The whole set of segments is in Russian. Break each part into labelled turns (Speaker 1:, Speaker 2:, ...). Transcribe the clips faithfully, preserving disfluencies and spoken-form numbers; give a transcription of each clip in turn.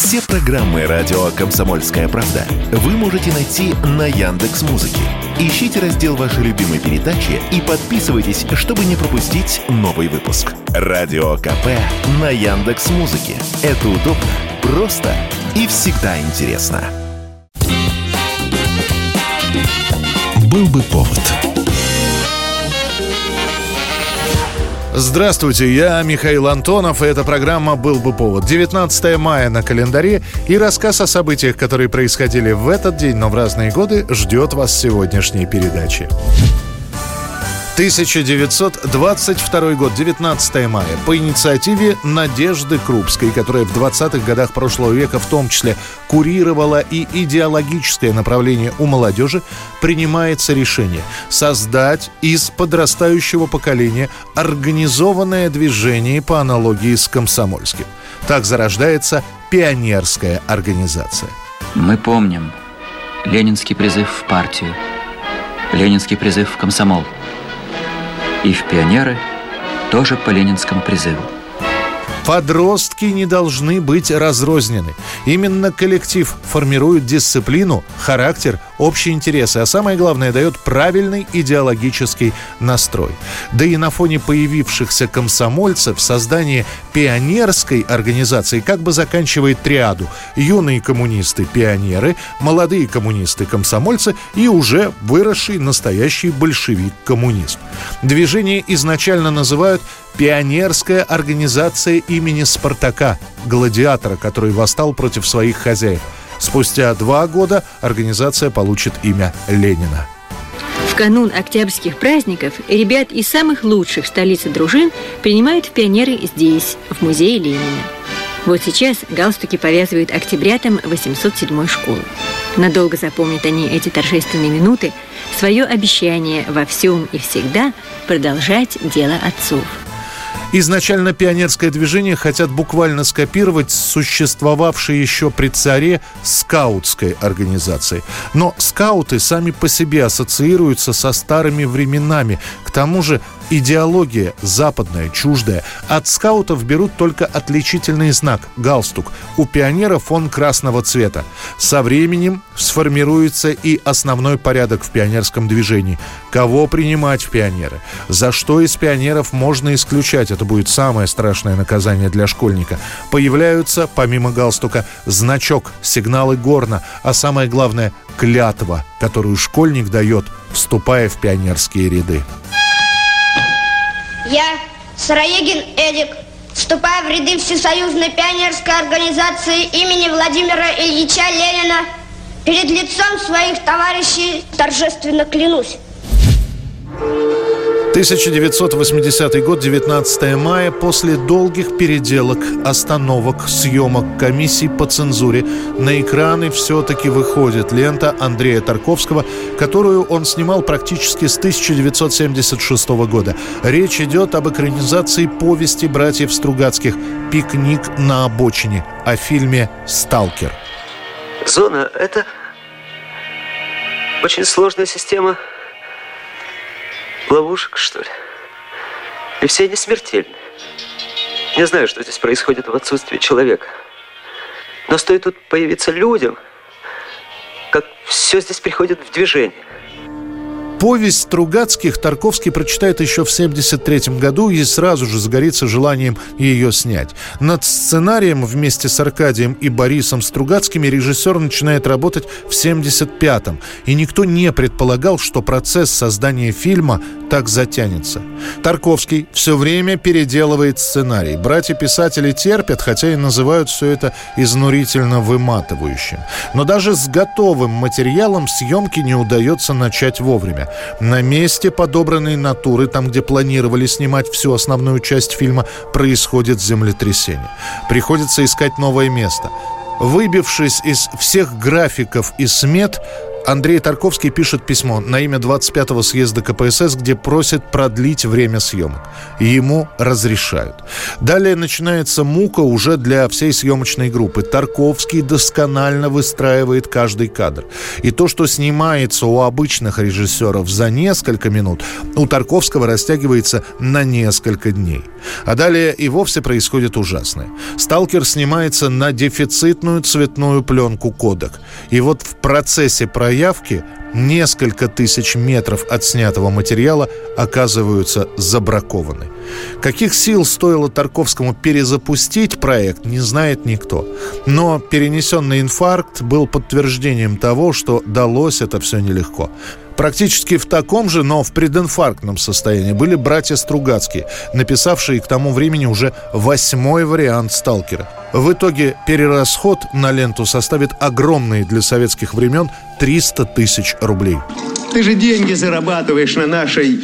Speaker 1: Все программы радио «Комсомольская правда» вы можете найти на Яндекс.Музыке. Ищите раздел вашей любимой передачи и подписывайтесь, чтобы не пропустить новый выпуск. Радио КП на Яндекс.Музыке. Это удобно, просто и всегда интересно.
Speaker 2: Был бы повод. Здравствуйте, я Михаил Антонов, и эта программа «Был бы повод». девятнадцатое мая на календаре, и рассказ о событиях, которые происходили в этот день, но в разные годы, ждет вас в сегодняшней передаче. тысяча девятьсот двадцать второй год, девятнадцатое мая. По инициативе Надежды Крупской, которая в двадцатых годах прошлого века в том числе курировала и идеологическое направление у молодежи, принимается решение создать из подрастающего поколения организованное движение по аналогии с комсомольским. Так зарождается пионерская организация.
Speaker 3: Мы помним ленинский призыв в партию, ленинский призыв в комсомол. И в пионеры тоже по ленинскому призыву.
Speaker 2: Подростки не должны быть разрознены. Именно коллектив формирует дисциплину, характер, общие интересы, а самое главное, дает правильный идеологический настрой. Да и на фоне появившихся комсомольцев создание пионерской организации как бы заканчивает триаду: юные коммунисты-пионеры, молодые коммунисты-комсомольцы и уже выросший настоящий большевик-коммунист. Движение изначально называют «Пионерская организация имени Спартака, гладиатора, который восстал против своих хозяев». Спустя два года организация получит имя Ленина.
Speaker 4: В канун октябрьских праздников ребят из самых лучших столиц и дружин принимают в пионеры здесь, в музее Ленина. Вот сейчас галстуки повязывают октябрятам восемьсот седьмой школы. Надолго запомнят они эти торжественные минуты, свое обещание во всем и всегда продолжать дело отцов.
Speaker 2: Изначально пионерское движение хотят буквально скопировать существовавшей еще при царе скаутской организации. Но скауты сами по себе ассоциируются со старыми временами. К тому же идеология западная, чуждая. От скаутов берут только отличительный знак – галстук. У пионеров он красного цвета. Со временем сформируется и основной порядок в пионерском движении. Кого принимать в пионеры? За что из пионеров можно исключать? Это будет самое страшное наказание для школьника. Появляются, помимо галстука, значок, сигналы горна, а самое главное – клятва, которую школьник дает, вступая в пионерские ряды.
Speaker 5: Я, Сыроегин Эдик, вступая в ряды Всесоюзной пионерской организации имени Владимира Ильича Ленина, перед лицом своих товарищей торжественно клянусь.
Speaker 2: тысяча девятьсот восьмидесятый год, девятнадцатое мая. После долгих переделок, остановок, съемок, комиссий по цензуре на экраны все-таки выходит лента Андрея Тарковского, которую он снимал практически с тысяча девятьсот семьдесят шестого года. Речь идет об экранизации повести братьев Стругацких «Пикник на обочине», о фильме «Сталкер».
Speaker 6: Зона – это очень сложная система ловушек, что ли. И все они смертельны. Не знаю, что здесь происходит в отсутствии человека. Но стоит тут появиться людям, как все здесь приходит в движение.
Speaker 2: Повесть Стругацких Тарковский прочитает еще в семьдесят третьем году и сразу же загорится желанием ее снять. Над сценарием вместе с Аркадием и Борисом Стругацкими режиссер начинает работать в семьдесят пятом. И никто не предполагал, что процесс создания фильма так затянется. Тарковский все время переделывает сценарий. Братья-писатели терпят, хотя и называют все это изнурительно выматывающим. Но даже с готовым материалом съемки не удается начать вовремя. На месте подобранной натуры, там, где планировали снимать всю основную часть фильма, происходит землетрясение. Приходится искать новое место. Выбившись из всех графиков и смет, Андрей Тарковский пишет письмо на имя двадцать пятого съезда ка пэ эс эс, где просит продлить время съемок. Ему разрешают. Далее начинается мука уже для всей съемочной группы. Тарковский досконально выстраивает каждый кадр. И то, что снимается у обычных режиссеров за несколько минут, у Тарковского растягивается на несколько дней. А далее и вовсе происходит ужасное. «Сталкер» снимается на дефицитную цветную пленку «Кодек». И вот в процессе проявки несколько тысяч метров отснятого материала оказываются забракованы. Каких сил стоило Тарковскому перезапустить проект, не знает никто. Но перенесенный инфаркт был подтверждением того, что далось это все нелегко. Практически в таком же, но в прединфарктном состоянии были братья Стругацкие, написавшие к тому времени уже восьмой вариант «Сталкера». В итоге перерасход на ленту составит огромные для советских времен триста тысяч рублей.
Speaker 7: Ты же деньги зарабатываешь на нашей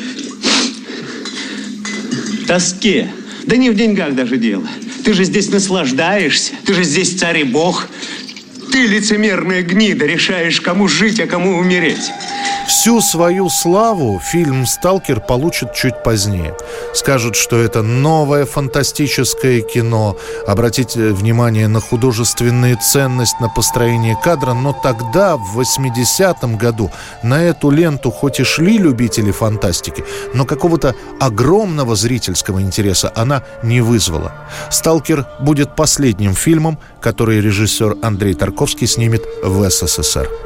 Speaker 7: тоске. Да не в деньгах даже дело. Ты же здесь наслаждаешься. Ты же здесь царь и бог. Ты, лицемерная гнида, решаешь, кому жить, а кому умереть.
Speaker 2: Всю свою славу фильм «Сталкер» получит чуть позднее. Скажут, что это новое фантастическое кино. Обратите внимание на художественную ценность, на построение кадра. Но тогда, в восьмидесятом году, на эту ленту хоть и шли любители фантастики, но какого-то огромного зрительского интереса она не вызвала. «Сталкер» будет последним фильмом, который режиссер Андрей Тарковский снимет в эс эс эс эр.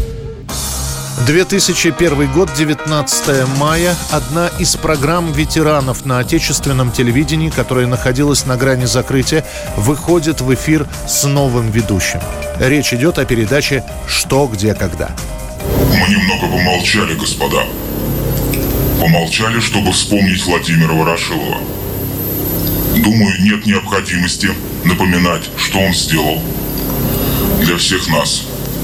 Speaker 2: две тысячи первый год, девятнадцатое мая. Одна из программ ветеранов на отечественном телевидении, которая находилась на грани закрытия, выходит в эфир с новым ведущим. Речь идет о передаче «Что, где, когда».
Speaker 8: Мы немного помолчали, господа. Помолчали, чтобы вспомнить Владимира Ворошилова. Думаю, нет необходимости напоминать, что он сделал для всех нас,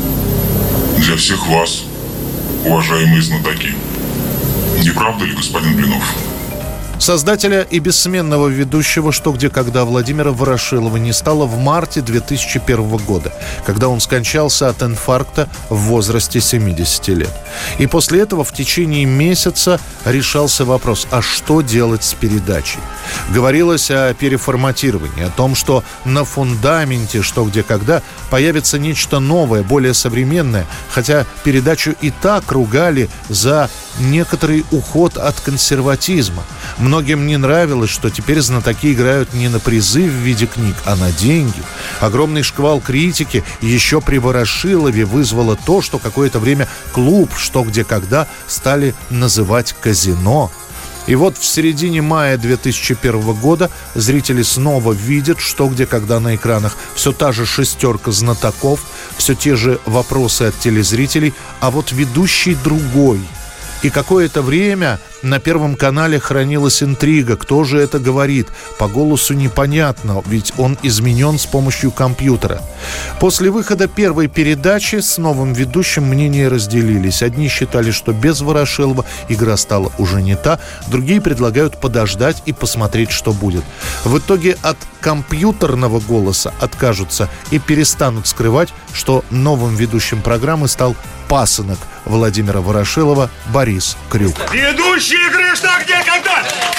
Speaker 8: для всех вас, уважаемые знатоки. Не правда ли, господин Блинов?
Speaker 2: Создателя и бессменного ведущего «Что, где, когда» Владимира Ворошилова не стало в марте две тысячи первого года, когда он скончался от инфаркта в возрасте семидесяти лет. И после этого в течение месяца решался вопрос, а что делать с передачей? Говорилось о переформатировании, о том, что на фундаменте «Что, где, когда» появится нечто новое, более современное, хотя передачу и так ругали за некоторый уход от консерватизма. Многим не нравилось, что теперь знатоки играют не на призы в виде книг, а на деньги. Огромный шквал критики еще при Ворошилове вызвало то, что какое-то время клуб «Что, где, когда» стали называть казино. И вот в середине мая две тысячи первого года зрители снова видят «Что, где, когда» на экранах. Все та же шестерка знатоков, все те же вопросы от телезрителей, а вот ведущий другой. И какое-то время на Первом канале хранилась интрига, кто же это говорит. По голосу непонятно, ведь он изменен с помощью компьютера. После выхода первой передачи с новым ведущим мнения разделились. Одни считали, что без Ворошилова игра стала уже не та, другие предлагают подождать и посмотреть, что будет. В итоге от компьютерного голоса откажутся и перестанут скрывать, что новым ведущим программы стал пасынок Владимира Ворошилова Борис Крюк.
Speaker 9: Ведущий игры «Что, где, когда».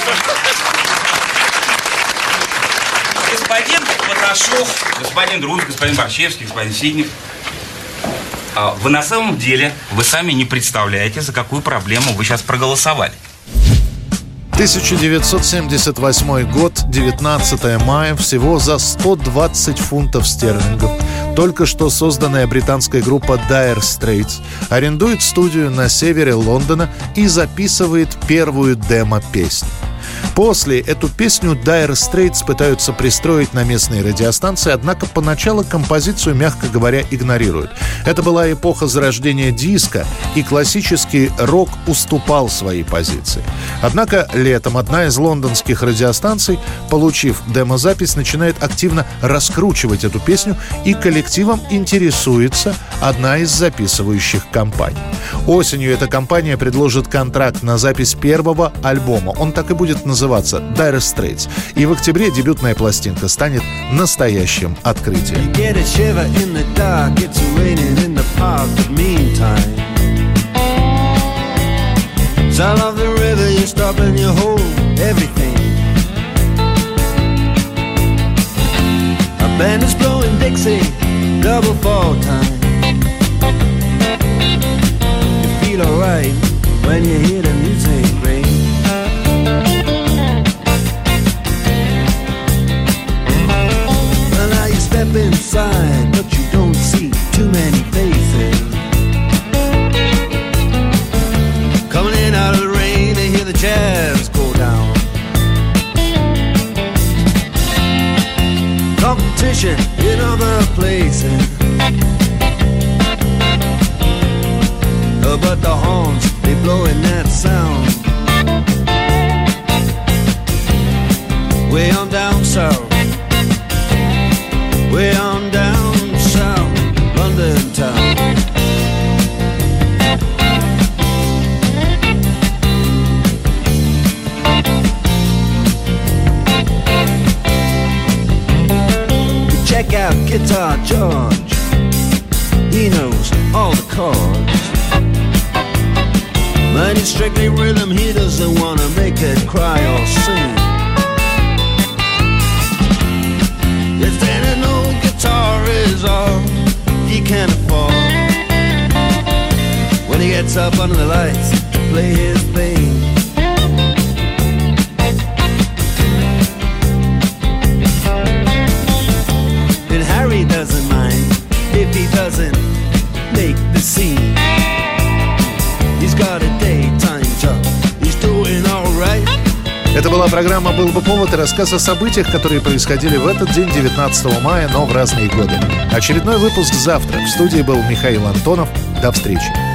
Speaker 9: Господин Поташов, господин Друз, господин Борщевский, господин Сиднев. Вы на самом деле, вы сами не представляете, за какую проблему вы сейчас проголосовали.
Speaker 2: тысяча девятьсот семьдесят восьмой год, девятнадцатое мая, всего за сто двадцать фунтов стерлингов. Только что созданная британская группа Dire Straits арендует студию на севере Лондона и записывает первую демо-песню. После эту песню Dire Straits пытаются пристроить на местные радиостанции, однако поначалу композицию, мягко говоря, игнорируют. Это была эпоха зарождения диска, и классический рок уступал свои позиции. Однако летом одна из лондонских радиостанций, получив демозапись, начинает активно раскручивать эту песню, и коллективом интересуется одна из записывающих компаний. Осенью эта компания предложит контракт на запись первого альбома. Он так и будет называться Dire Straits. И в октябре дебютная пластинка станет настоящим открытием.
Speaker 10: heart, but meantime, sound of the river, you stop and you hold everything. A band is blowing Dixie, double fall time. You feel alright when you hear the music ring. Well, now you step inside, but you don't see too many faces. Coming in out of the rain to hear the jazz go down. Competition in other places, uh, but the horns, they blowing that sound. Way on down south, way on down south, London town. Check out Guitar George, he knows all the chords. But it's strictly rhythm, he doesn't want to make it cry or sing. If then an old guitar is all he can afford, when he gets up under the lights to play his thing. And Harry doesn't mind if he doesn't make the scene. He's got a daytime job, he's doing all right.
Speaker 2: Это была программа «Был бы повод» и рассказ о событиях, которые происходили в этот день, девятнадцатого мая, но в разные годы. Очередной выпуск завтра. В студии был Михаил Антонов. До встречи.